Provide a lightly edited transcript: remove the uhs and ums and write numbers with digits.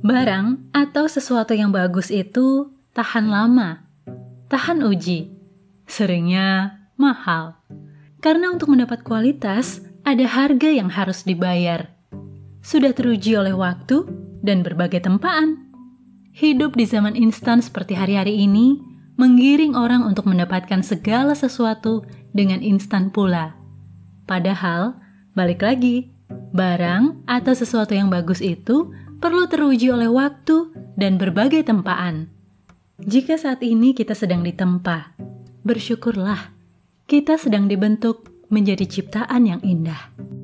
Barang atau sesuatu yang bagus itu tahan lama, tahan uji, seringnya mahal. Karena untuk mendapat kualitas, ada harga yang harus dibayar. Sudah teruji oleh waktu dan berbagai tempaan. Hidup di zaman instan seperti hari-hari ini menggiring orang untuk mendapatkan segala sesuatu dengan instan pula. Padahal, balik lagi, barang atau sesuatu yang bagus itu perlu teruji oleh waktu dan berbagai tempaan. Jika saat ini kita sedang ditempa, bersyukurlah kita sedang dibentuk menjadi ciptaan yang indah.